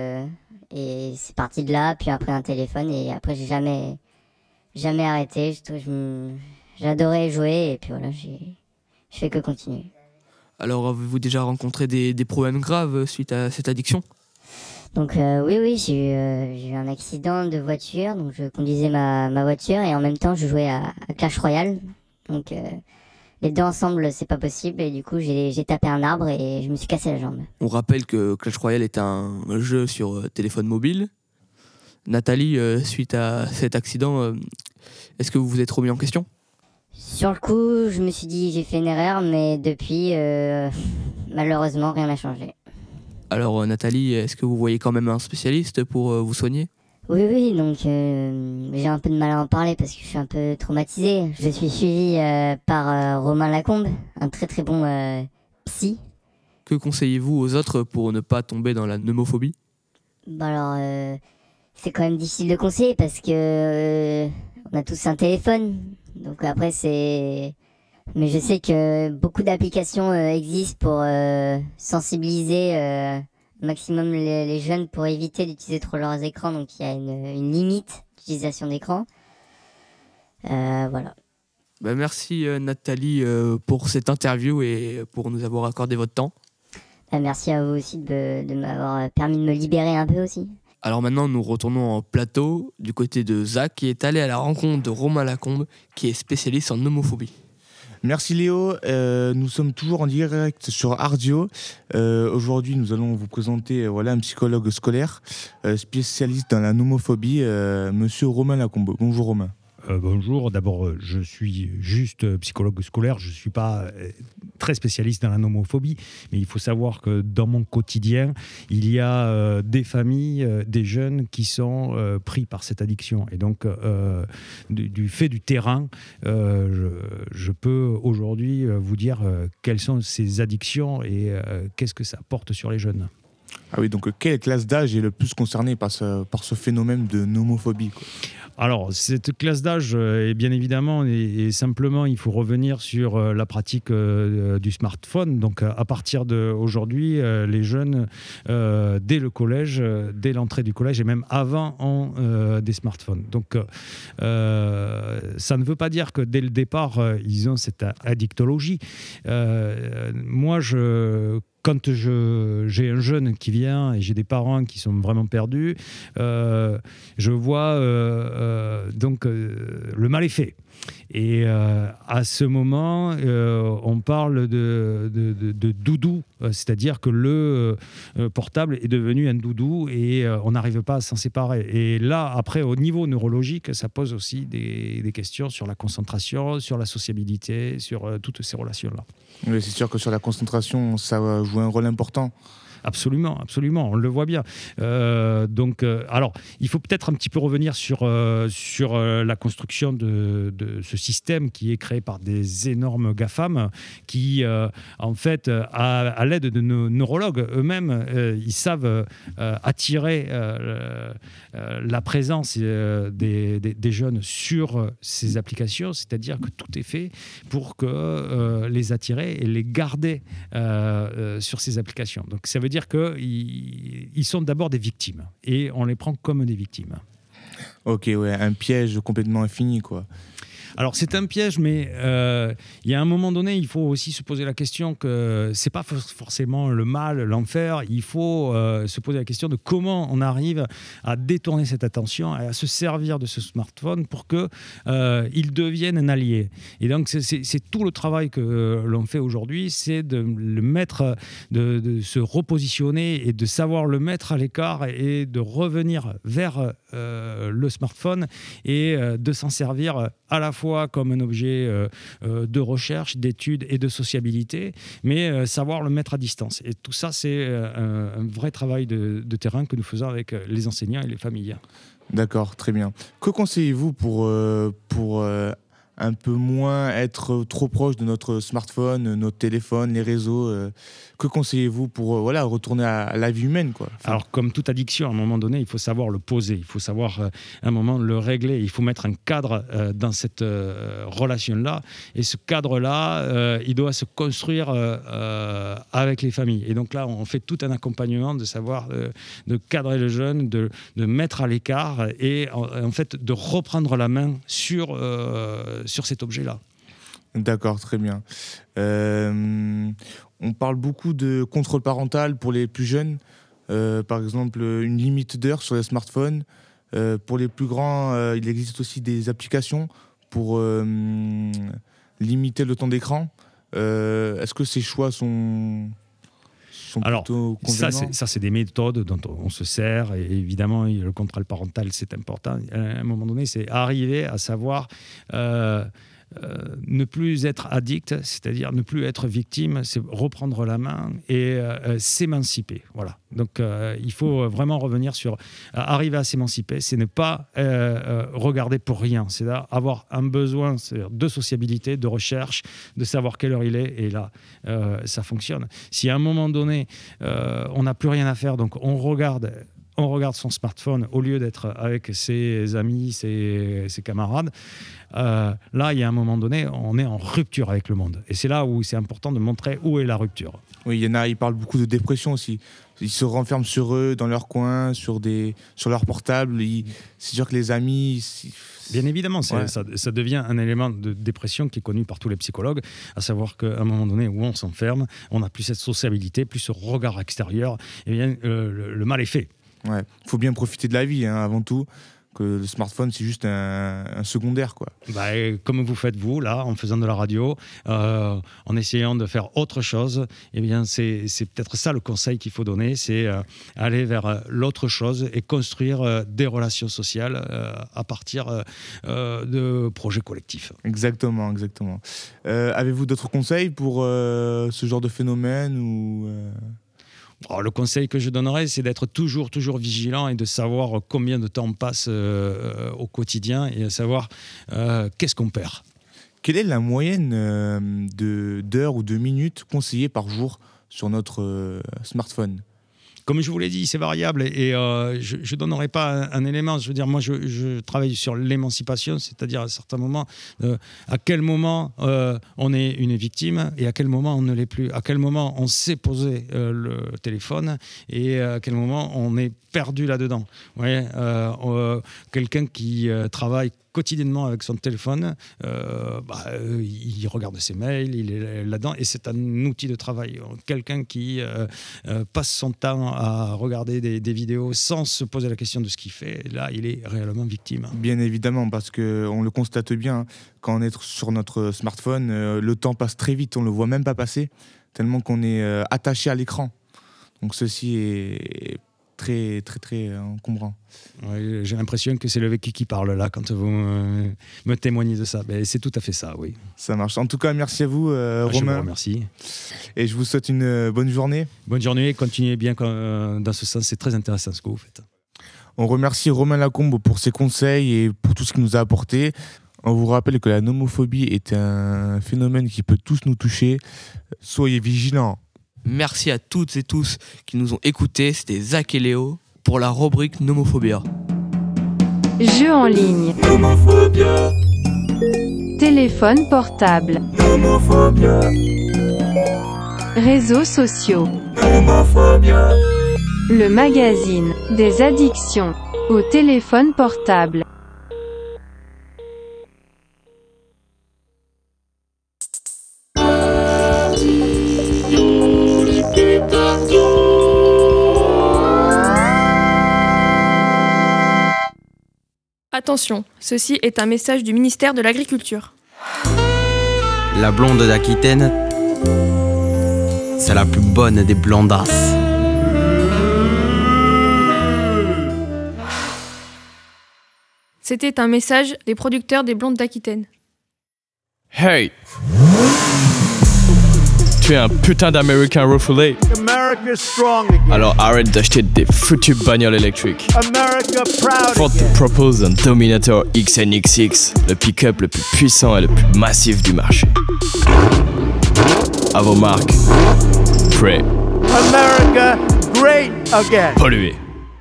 et c'est parti de là. Puis après un téléphone et après j'ai jamais arrêté. J'adorais jouer et puis voilà, je fais que continuer. Alors avez-vous déjà rencontré des problèmes graves suite à cette addiction? Donc oui, j'ai eu un accident de voiture. Donc je conduisais ma voiture et en même temps je jouais à Clash Royale. Donc les deux ensemble, c'est pas possible et du coup j'ai tapé un arbre et je me suis cassé la jambe. On rappelle que Clash Royale est un jeu sur téléphone mobile. Nathalie, suite à cet accident, est-ce que vous vous êtes remis en question? Sur le coup, je me suis dit j'ai fait une erreur, mais depuis, malheureusement, rien n'a changé. Alors Nathalie, est-ce que vous voyez quand même un spécialiste pour vous soigner? Oui, donc j'ai un peu de mal à en parler parce que je suis un peu traumatisé. Je suis suivi par Romain Lacombe, un très très bon psy. Que conseillez-vous aux autres pour ne pas tomber dans la nomophobie? Bah alors, c'est quand même difficile de conseiller parce que on a tous un téléphone. Donc après c'est... Mais je sais que beaucoup d'applications existent pour sensibiliser maximum les jeunes pour éviter d'utiliser trop leurs écrans. Donc il y a une limite d'utilisation d'écran. Voilà. Bah, merci Nathalie pour cette interview et pour nous avoir accordé votre temps. Merci à vous aussi de m'avoir permis de me libérer un peu aussi. Alors maintenant, nous retournons en plateau du côté de Zach qui est allé à la rencontre de Romain Lacombe qui est spécialiste en homophobie. Merci Léo, nous sommes toujours en direct sur Ardio. Aujourd'hui, nous allons vous présenter un psychologue scolaire spécialiste dans la nomophobie, monsieur Romain Lacombe. Bonjour Romain. Bonjour, d'abord je suis juste psychologue scolaire, je ne suis pas très spécialiste dans la nomophobie, mais il faut savoir que dans mon quotidien, il y a des familles, des jeunes qui sont pris par cette addiction. Et donc, du fait du terrain, je peux aujourd'hui vous dire quelles sont ces addictions et qu'est-ce que ça porte sur les jeunes. Ah oui, donc quelle classe d'âge est le plus concernée par ce phénomène de nomophobie, quoi? Alors, cette classe d'âge, bien évidemment, et simplement, il faut revenir sur la pratique du smartphone. Donc, à partir d'aujourd'hui, les jeunes, dès le collège, dès l'entrée du collège, et même avant, ont des smartphones. Donc, ça ne veut pas dire que dès le départ, ils ont cette addictologie. Moi, quand j'ai un jeune qui vient et j'ai des parents qui sont vraiment perdus, je vois le mal est fait. Et à ce moment, on parle de doudou, c'est-à-dire que le portable est devenu un doudou et on n'arrive pas à s'en séparer. Et là, après, au niveau neurologique, ça pose aussi des questions sur la concentration, sur la sociabilité, sur toutes ces relations-là. Oui, c'est sûr que sur la concentration, ça joue un rôle important. Absolument, on le voit bien. Alors, il faut peut-être un petit peu revenir sur la construction de ce système qui est créé par des énormes GAFAM qui, en fait, à l'aide de nos neurologues eux-mêmes, ils savent attirer la présence des jeunes sur ces applications, c'est-à-dire que tout est fait pour les attirer et les garder sur ces applications. Donc, ça veut dire qu'ils sont d'abord des victimes et on les prend comme des victimes. Ok, ouais, un piège complètement infini, quoi. Alors c'est un piège, mais il y a un moment donné, il faut aussi se poser la question que c'est pas forcément le mal, l'enfer. Il faut se poser la question de comment on arrive à détourner cette attention et à se servir de ce smartphone pour que il devienne un allié. Et donc c'est tout le travail que l'on fait aujourd'hui, c'est de le mettre, de se repositionner et de savoir le mettre à l'écart et de revenir vers le smartphone et de s'en servir à la fois comme un objet de recherche, d'étude et de sociabilité, mais savoir le mettre à distance. Et tout ça, c'est un vrai travail de terrain que nous faisons avec les enseignants et les familles. D'accord, très bien. Que conseillez-vous pour un peu moins être trop proche de notre smartphone, notre téléphone, les réseaux. Que conseillez-vous pour retourner à la vie humaine, quoi? Alors, comme toute addiction, à un moment donné, il faut savoir le poser, il faut savoir à un moment le régler, il faut mettre un cadre dans cette relation-là. Et ce cadre-là, il doit se construire avec les familles. Et donc là, on fait tout un accompagnement de savoir de cadrer le jeune, de mettre à l'écart et en fait de reprendre la main sur cet objet-là. D'accord, très bien. On parle beaucoup de contrôle parental pour les plus jeunes. Par exemple, une limite d'heures sur les smartphones. Pour les plus grands, il existe aussi des applications pour limiter le temps d'écran. Est-ce que ces choix sont alors, plutôt convenants? ça, c'est des méthodes dont on se sert. Et évidemment, le contrôle parental, c'est important. À un moment donné, c'est arriver à savoir ne plus être addict, c'est-à-dire ne plus être victime, c'est reprendre la main et s'émanciper. Voilà. Donc, il faut vraiment revenir sur arriver à s'émanciper. C'est ne pas regarder pour rien. C'est avoir un besoin de sociabilité, de recherche, de savoir quelle heure il est. Et là, ça fonctionne. Si à un moment donné, on n'a plus rien à faire, donc on regarde son smartphone au lieu d'être avec ses amis, ses camarades, là, il y a un moment donné, on est en rupture avec le monde. Et c'est là où c'est important de montrer où est la rupture. Oui, il y en a, ils parlent beaucoup de dépression aussi. Ils se renferment sur eux, dans leur coin, sur leur portable. C'est sûr que les amis... Bien évidemment, ça devient un élément de dépression qui est connu par tous les psychologues, à savoir qu'à un moment donné où on s'enferme, on n'a plus cette sociabilité, plus ce regard extérieur, et bien le mal est fait. Ouais, faut bien profiter de la vie, avant tout. Que le smartphone, c'est juste un secondaire, quoi. Comme vous faites, vous, là, en faisant de la radio, en essayant de faire autre chose, eh bien, c'est peut-être ça le conseil qu'il faut donner, c'est aller vers l'autre chose et construire des relations sociales à partir de projets collectifs. Exactement. Avez-vous d'autres conseils pour ce genre de phénomène ou Le conseil que je donnerais, c'est d'être toujours vigilant et de savoir combien de temps on passe au quotidien et de savoir qu'est-ce qu'on perd. Quelle est la moyenne d'heures ou de minutes conseillées par jour sur notre smartphone ? Comme je vous l'ai dit, c'est variable et je ne donnerai pas un élément. Je veux dire, moi, je travaille sur l'émancipation, c'est-à-dire à certains moments, à quel moment on est une victime et à quel moment on ne l'est plus. À quel moment on sait poser le téléphone et à quel moment on est perdu là-dedans. Ouais, quelqu'un qui travaille quotidiennement avec son téléphone, il regarde ses mails, il est là-dedans et c'est un outil de travail. Quelqu'un qui passe son temps à regarder des vidéos sans se poser la question de ce qu'il fait, là, il est réellement victime. Bien évidemment, parce qu'on le constate bien, quand on est sur notre smartphone, le temps passe très vite, on ne le voit même pas passer, tellement qu'on est attaché à l'écran. Donc ceci est très encombrant. Ouais, j'ai l'impression que c'est le vécu qui parle là quand vous me témoignez de ça. Mais c'est tout à fait ça, oui. Ça marche. En tout cas, merci à vous, Romain. Je vous remercie. Et je vous souhaite une bonne journée. Bonne journée, continuez bien dans ce sens, c'est très intéressant ce que vous faites. On remercie Romain Lacombe pour ses conseils et pour tout ce qu'il nous a apporté. On vous rappelle que la nomophobie est un phénomène qui peut tous nous toucher. Soyez vigilants. Merci à toutes et tous qui nous ont écoutés. C'était Zach et Léo pour la rubrique Nomophobia. Jeux en ligne. Nomophobia. Téléphone portable. Nomophobia. Réseaux sociaux. Nomophobia. Le magazine des addictions au téléphone portable. Attention, ceci est un message du ministère de l'Agriculture. La blonde d'Aquitaine, c'est la plus bonne des blondasses. C'était un message des producteurs des blondes d'Aquitaine. Hey! Tu es un putain d'American refoulé. America strong again. Alors arrête d'acheter des foutues bagnoles électriques. America proud Ford te again. propose un Dominator XNXX, le pick-up le plus puissant et le plus massif du marché. À vos marques, prêt, America great again. polluer.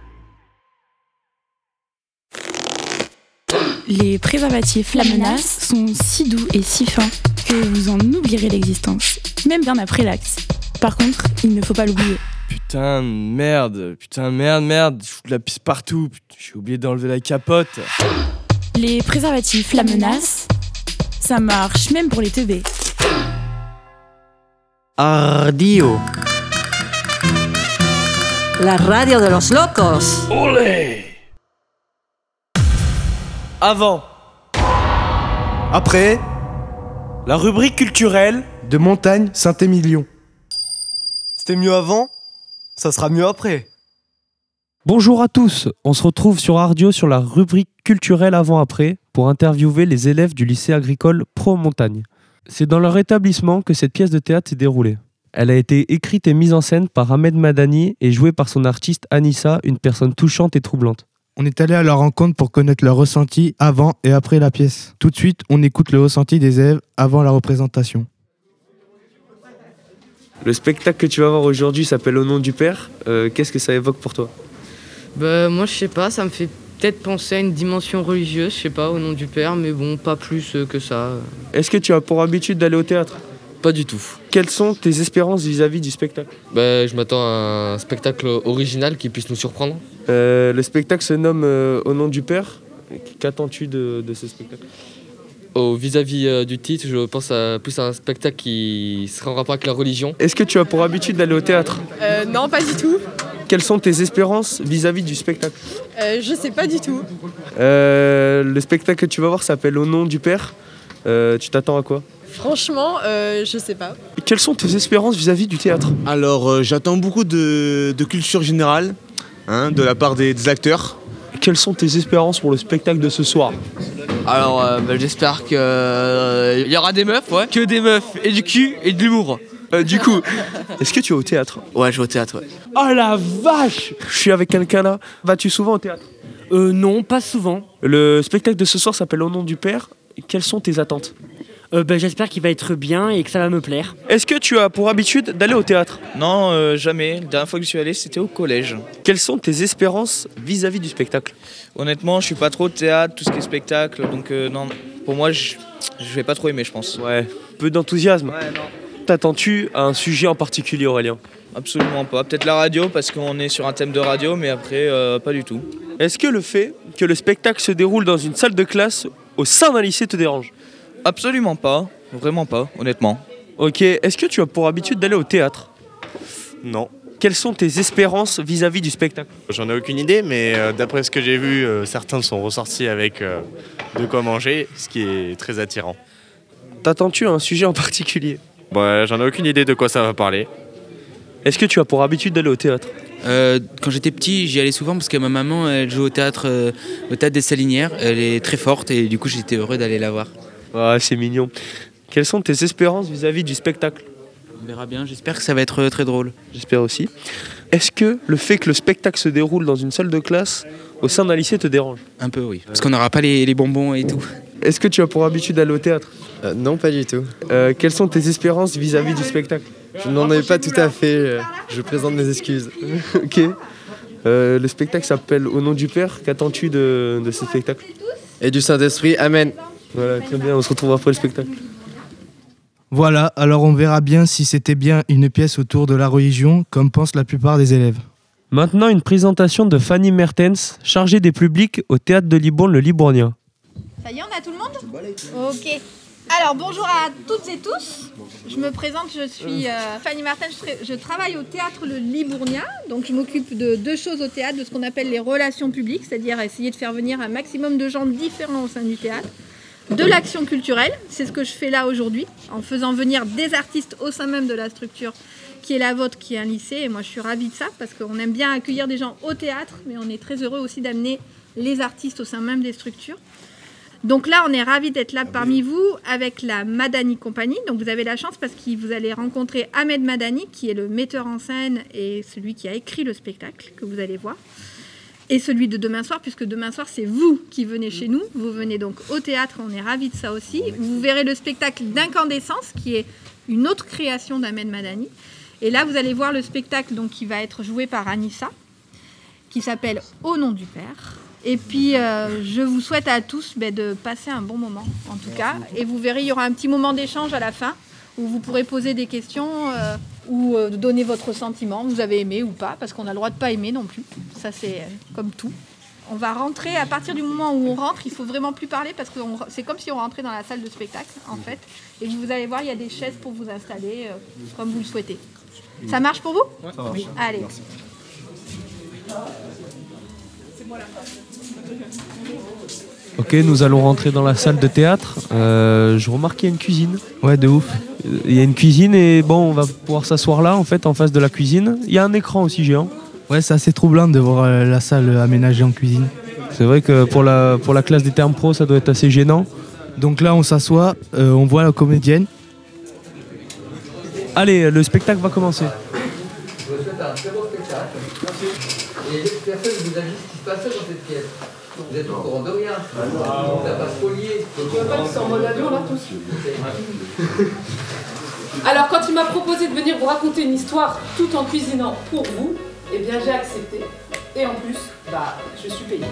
Les préservatifs La Menace sont si doux et si fins que vous en oublierez l'existence, même bien après l'acte. Par contre, il ne faut pas l'oublier. Putain, merde, je fous de la pisse partout. Putain, j'ai oublié d'enlever la capote. Les préservatifs La Menace, ça marche même pour les teubés. Ardio. La radio de los locos. Olé! Avant. Après, La rubrique culturelle. de Montagne Saint-Émilion. C'était mieux avant, ça sera mieux après. Bonjour à tous, on se retrouve sur Ardio sur la rubrique culturelle avant-après pour interviewer les élèves du lycée agricole Pro Montagne. C'est dans leur établissement que cette pièce de théâtre s'est déroulée. Elle a été écrite et mise en scène par Ahmed Madani et jouée par son artiste Anissa, une personne touchante et troublante. On est allé à leur rencontre pour connaître leur ressenti avant et après la pièce. Tout de suite, on écoute le ressenti des élèves avant la représentation. Le spectacle que tu vas voir aujourd'hui s'appelle Au nom du Père. Qu'est-ce que ça évoque pour toi ? Moi, je sais pas, ça me fait peut-être penser à une dimension religieuse, je sais pas, au nom du Père, mais bon, pas plus que ça. Est-ce que tu as pour habitude d'aller au théâtre ? Pas du tout. Quelles sont tes espérances vis-à-vis du spectacle ? Je m'attends à un spectacle original qui puisse nous surprendre. Le spectacle se nomme Au nom du Père. Qu'attends-tu de ce spectacle ? Vis-à-vis du titre, je pense plus à un spectacle qui sera en rapport avec la religion. Est-ce que tu as pour habitude d'aller au théâtre ? Non, pas du tout. Quelles sont tes espérances vis-à-vis du spectacle ? Je sais pas du tout. Le spectacle que tu vas voir s'appelle Au nom du Père. Tu t'attends à quoi ? Franchement, je sais pas. Quelles sont tes espérances vis-à-vis du théâtre ? Alors, j'attends beaucoup de culture générale de la part des acteurs. Quelles sont tes espérances pour le spectacle de ce soir ? Alors, j'espère qu'il y aura des meufs, ouais. Que des meufs, et du cul, et de l'humour. Du coup, est-ce que tu es au théâtre ? Ouais, je vais au théâtre, ouais. Oh la vache ! Je suis avec quelqu'un là. Vas-tu souvent au théâtre ? Non, pas souvent. Le spectacle de ce soir s'appelle Au nom du Père. Quelles sont tes attentes ? J'espère qu'il va être bien et que ça va me plaire. Est-ce que tu as pour habitude d'aller au théâtre ? Non, jamais. La dernière fois que je suis allé, c'était au collège. Quelles sont tes espérances vis-à-vis du spectacle ? Honnêtement, je suis pas trop de théâtre, tout ce qui est spectacle, donc non. Pour moi, je vais pas trop aimer, je pense. Ouais, peu d'enthousiasme. Ouais, non. T'attends-tu à un sujet en particulier, Aurélien ? Absolument pas. Peut-être la radio, parce qu'on est sur un thème de radio, mais après, pas du tout. Est-ce que le fait que le spectacle se déroule dans une salle de classe au sein d'un lycée te dérange ? Absolument pas. Vraiment pas, honnêtement. Ok, est-ce que tu as pour habitude d'aller au théâtre ? Non. Quelles sont tes espérances vis-à-vis du spectacle ? J'en ai aucune idée, mais d'après ce que j'ai vu, certains sont ressortis avec de quoi manger, ce qui est très attirant. T'attends-tu à un sujet en particulier ? J'en ai aucune idée de quoi ça va parler. Est-ce que tu as pour habitude d'aller au théâtre ? Quand j'étais petit, j'y allais souvent parce que ma maman, elle joue au théâtre des Salinières. Elle est très forte et du coup, j'étais heureux d'aller la voir. Ah, c'est mignon. Quelles sont tes espérances vis-à-vis du spectacle ? On verra bien, j'espère que ça va être très drôle. J'espère aussi. Est-ce que le fait que le spectacle se déroule dans une salle de classe au sein d'un lycée te dérange ? Un peu, oui. Parce qu'on n'aura pas les bonbons et tout. Est-ce que tu as pour habitude d'aller au théâtre ? Non, pas du tout. Quelles sont tes espérances vis-à-vis du spectacle ? Je n'en ai pas tout à fait. Je présente mes excuses. Ok. Le spectacle s'appelle Au nom du Père. Qu'attends-tu de ce spectacle ? Et du Saint-Esprit, Amen. Voilà, très bien, on se retrouve après le spectacle. Voilà, alors on verra bien si c'était bien une pièce autour de la religion, comme pensent la plupart des élèves. Maintenant, une présentation de Fanny Mertens, chargée des publics au Théâtre de Libourne, le Libournien. Ça y est, on a tout le monde ? Ok. Alors, bonjour à toutes et tous. Je me présente, je suis Fanny Mertens, je travaille au Théâtre le Libournien. Donc, je m'occupe de deux choses au théâtre, de ce qu'on appelle les relations publiques, c'est-à-dire essayer de faire venir un maximum de gens différents au sein du théâtre. De l'action culturelle, c'est ce que je fais là aujourd'hui, en faisant venir des artistes au sein même de la structure qui est la vôtre, qui est un lycée. Et moi, je suis ravie de ça, parce qu'on aime bien accueillir des gens au théâtre, mais on est très heureux aussi d'amener les artistes au sein même des structures. Donc là, on est ravis d'être là parmi vous avec la Madani Company. Donc vous avez la chance parce que vous allez rencontrer Ahmed Madani, qui est le metteur en scène et celui qui a écrit le spectacle que vous allez voir. Et celui de demain soir, puisque demain soir, c'est vous qui venez chez nous. Vous venez donc au théâtre, on est ravis de ça aussi. Vous verrez le spectacle d'Incandescence, qui est une autre création d'Ahmed Madani. Et là, vous allez voir le spectacle donc, qui va être joué par Anissa, qui s'appelle Au nom du Père. Et puis, je vous souhaite à tous de passer un bon moment, en tout cas. Et vous verrez, il y aura un petit moment d'échange à la fin, où vous pourrez poser des questions ou donner votre sentiment. Vous avez aimé ou pas, parce qu'on a le droit de pas aimer non plus. Ça, c'est comme tout. On va rentrer, à partir du moment où on rentre, il faut vraiment plus parler, parce que c'est comme si on rentrait dans la salle de spectacle, en fait. Et vous allez voir, il y a des chaises pour vous installer, comme vous le souhaitez. Ça marche pour vous ? Ouais, ça marche. Oui. Allez. Merci. Ok, nous allons rentrer dans la salle de théâtre. Je remarque qu'il y a une cuisine. Ouais, de ouf. Il y a une cuisine et bon, on va pouvoir s'asseoir là, en fait, en face de la cuisine. Il y a un écran aussi géant. Ouais, c'est assez troublant de voir la salle aménagée en cuisine. C'est vrai que pour la classe des termes pro, ça doit être assez gênant. Donc là, on s'assoit, on voit la comédienne. Allez, le spectacle va commencer. Je vous souhaite un très beau spectacle. Et personne ne vous a dit ce qui se passait dans cette pièce. Vous êtes au courant de rien. On n'a pas spolié. Tu vois pas qu'ils sont en mode avion là tous. Alors quand il m'a proposé de venir vous raconter une histoire tout en cuisinant pour vous, eh bien j'ai accepté. Et en plus, je suis payée.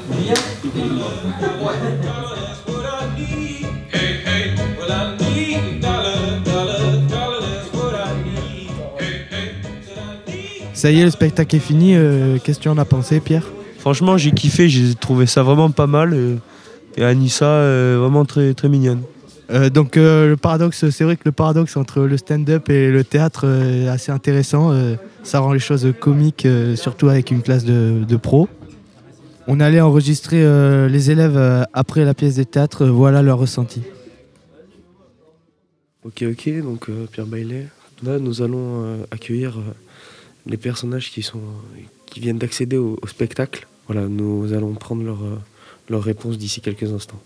Ça y est, le spectacle est fini. Qu'est-ce que tu en as pensé, Pierre ? Franchement, j'ai kiffé, j'ai trouvé ça vraiment pas mal. Et Anissa, vraiment très, très mignonne. Donc le paradoxe, c'est vrai que le paradoxe entre le stand-up et le théâtre est assez intéressant. Ça rend les choses comiques, surtout avec une classe de pros. On allait enregistrer les élèves après la pièce de théâtre. Voilà leur ressenti. Ok, donc Pierre Baillet. Là, nous allons accueillir les personnages qui viennent d'accéder au spectacle. Voilà, nous allons prendre leur réponse d'ici quelques instants.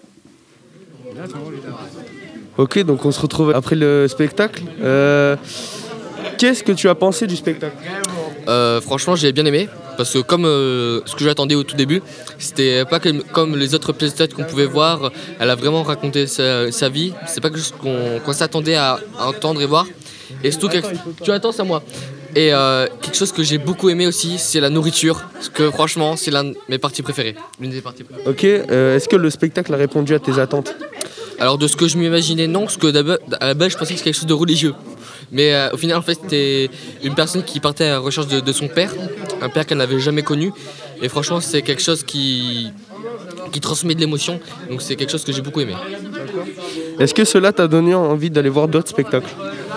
Ok, donc on se retrouve après le spectacle. Qu'est-ce que tu as pensé du spectacle ? Franchement, j'ai bien aimé. Parce que comme ce que j'attendais au tout début, c'était pas comme les autres pièces de théâtre qu'on pouvait voir. Elle a vraiment raconté sa vie. C'est pas quelque chose qu'on s'attendait à entendre et voir. Et surtout, tu attends, c'est à moi. Et quelque chose que j'ai beaucoup aimé aussi, c'est la nourriture. Parce que franchement, c'est l'une de mes parties préférées. Ok, est-ce que le spectacle a répondu à tes attentes ? Alors de ce que je m'imaginais, non. Parce que à la base, je pensais que c'était quelque chose de religieux. Mais au final, en fait, c'était une personne qui partait à la recherche de son père. Un père qu'elle n'avait jamais connu. Et franchement, c'est quelque chose qui transmet de l'émotion. Donc c'est quelque chose que j'ai beaucoup aimé. Est-ce que cela t'a donné envie d'aller voir d'autres spectacles ?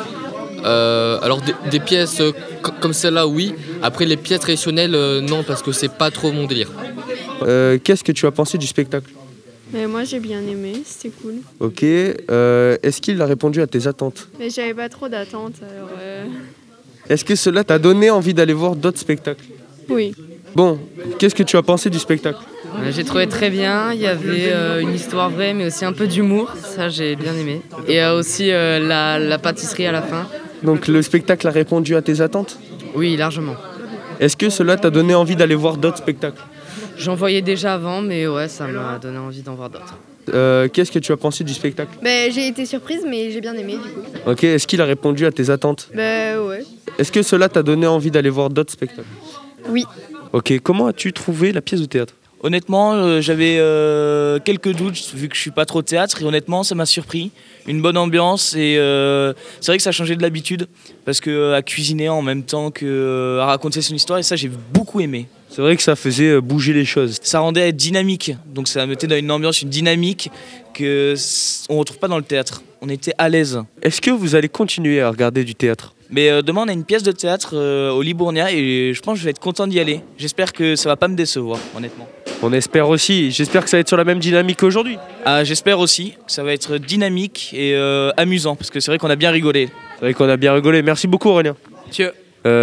Alors des pièces comme celle-là, oui. Après les pièces traditionnelles, non, parce que c'est pas trop mon délire. Qu'est-ce que tu as pensé du spectacle ? Mais moi j'ai bien aimé, c'était cool. Ok, est-ce qu'il a répondu à tes attentes ? Mais j'avais pas trop d'attentes, alors... Est-ce que cela t'a donné envie d'aller voir d'autres spectacles ? Oui. Bon, qu'est-ce que tu as pensé du spectacle ? J'ai trouvé très bien, il y avait une histoire vraie mais aussi un peu d'humour, ça j'ai bien aimé. Et aussi la pâtisserie à la fin. Donc le spectacle a répondu à tes attentes ? Oui, largement. Est-ce que cela t'a donné envie d'aller voir d'autres spectacles ? J'en voyais déjà avant, mais ouais, ça m'a donné envie d'en voir d'autres. Qu'est-ce que tu as pensé du spectacle ? J'ai été surprise, mais j'ai bien aimé du coup. Ok, est-ce qu'il a répondu à tes attentes ? Ouais. Est-ce que cela t'a donné envie d'aller voir d'autres spectacles ? Oui. Ok, comment as-tu trouvé la pièce de théâtre ? Honnêtement, j'avais quelques doutes vu que je suis pas trop théâtre et honnêtement ça m'a surpris. Une bonne ambiance et c'est vrai que ça a changé de l'habitude parce que à cuisiner en même temps que à raconter son histoire et ça j'ai beaucoup aimé. C'est vrai que ça faisait bouger les choses. Ça rendait dynamique, donc ça mettait dans une ambiance, une dynamique que on retrouve pas dans le théâtre. On était à l'aise. Est-ce que vous allez continuer à regarder du théâtre ? Mais demain on a une pièce de théâtre au Libournia et je pense que je vais être content d'y aller. J'espère que ça va pas me décevoir, honnêtement. On espère aussi. J'espère que ça va être sur la même dynamique qu'aujourd'hui. J'espère aussi que ça va être dynamique et amusant parce que c'est vrai qu'on a bien rigolé. C'est vrai qu'on a bien rigolé. Merci beaucoup Aurélien. Tiens.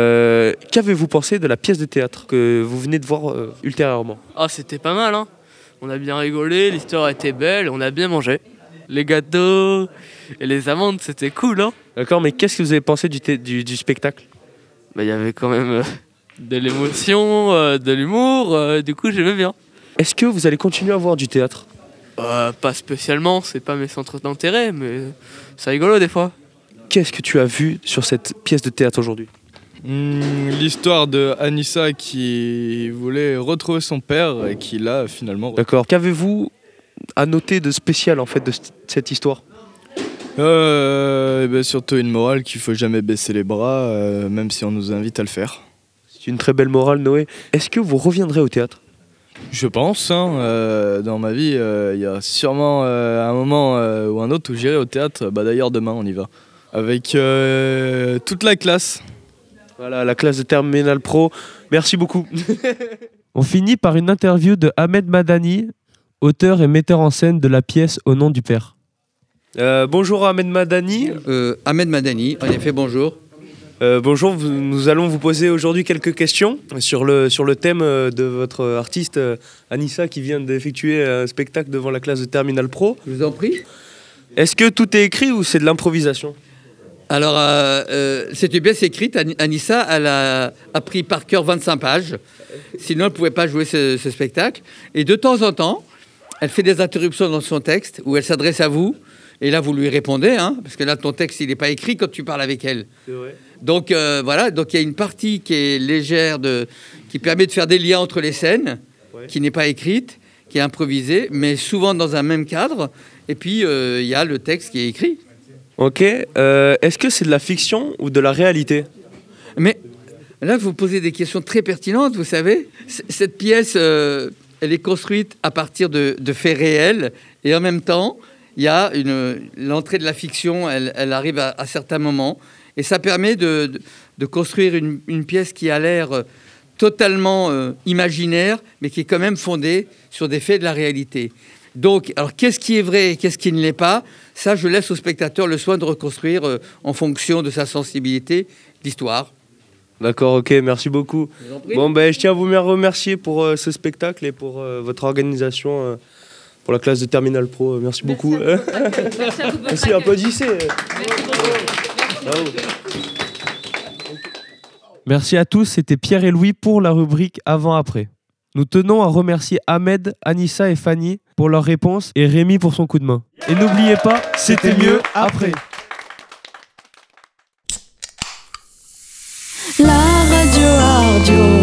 Qu'avez-vous pensé de la pièce de théâtre que vous venez de voir ultérieurement ? C'était pas mal, hein. On a bien rigolé, l'histoire était belle, on a bien mangé. Les gâteaux et les amandes, c'était cool, hein. D'accord, mais qu'est-ce que vous avez pensé du spectacle? Bah, y avait quand même de l'émotion, de l'humour, du coup j'aimais bien. Est-ce que vous allez continuer à voir du théâtre? Pas spécialement, c'est pas mes centres d'intérêt, mais c'est rigolo des fois. Qu'est-ce que tu as vu sur cette pièce de théâtre aujourd'hui? L'histoire de Anissa qui voulait retrouver son père et qui l'a finalement... D'accord. Qu'avez-vous à noter de spécial en fait de cette histoire? Surtout une morale qu'il faut jamais baisser les bras, même si on nous invite à le faire. C'est une très belle morale, Noé. Est-ce que vous reviendrez au théâtre? Je pense, dans ma vie, il y a sûrement un moment ou un autre où j'irai au théâtre. D'ailleurs, demain, on y va. Avec toute la classe. Voilà, la classe de Terminal Pro. Merci beaucoup. On finit par une interview de Ahmed Madani, auteur et metteur en scène de la pièce Au nom du Père. Bonjour Ahmed Madani. Ahmed Madani, en effet, bonjour. Bonjour, nous allons vous poser aujourd'hui quelques questions sur le thème de votre artiste Anissa qui vient d'effectuer un spectacle devant la classe de Terminal Pro. Je vous en prie. Est-ce que tout est écrit ou c'est de l'improvisation? Alors, c'est une pièce écrite. Anissa, elle a appris par cœur 25 pages. Sinon, elle ne pouvait pas jouer ce spectacle. Et de temps en temps, elle fait des interruptions dans son texte où elle s'adresse à vous. Et là, vous lui répondez, hein, parce que là, ton texte, il n'est pas écrit quand tu parles avec elle. C'est vrai. Donc, voilà. Donc, il y a une partie qui est légère, qui permet de faire des liens entre les scènes, qui n'est pas écrite, qui est improvisée, mais souvent dans un même cadre. Et puis, il y a le texte qui est écrit. Ok. Est-ce que c'est de la fiction ou de la réalité? Mais là, vous posez des questions très pertinentes, vous savez. Cette pièce, elle est construite à partir de faits réels. Et en même temps, il y a l'entrée de la fiction, elle arrive à certains moments. Et ça permet de construire une pièce qui a l'air totalement imaginaire, mais qui est quand même fondée sur des faits de la réalité. Donc, alors qu'est-ce qui est vrai et qu'est-ce qui ne l'est pas? Ça, je laisse au spectateur le soin de reconstruire en fonction de sa sensibilité l'histoire. D'accord, ok, merci beaucoup. Bon, je tiens à vous remercier pour ce spectacle et pour votre organisation pour la classe de Terminal Pro. Merci beaucoup. Merci à vous. Merci, applaudissez. Bravo. Merci à tous, c'était Pierre et Louis pour la rubrique Avant-Après. Nous tenons à remercier Ahmed, Anissa et Fanny pour leurs réponses et Rémi pour son coup de main. Et n'oubliez pas, c'était mieux après. La radio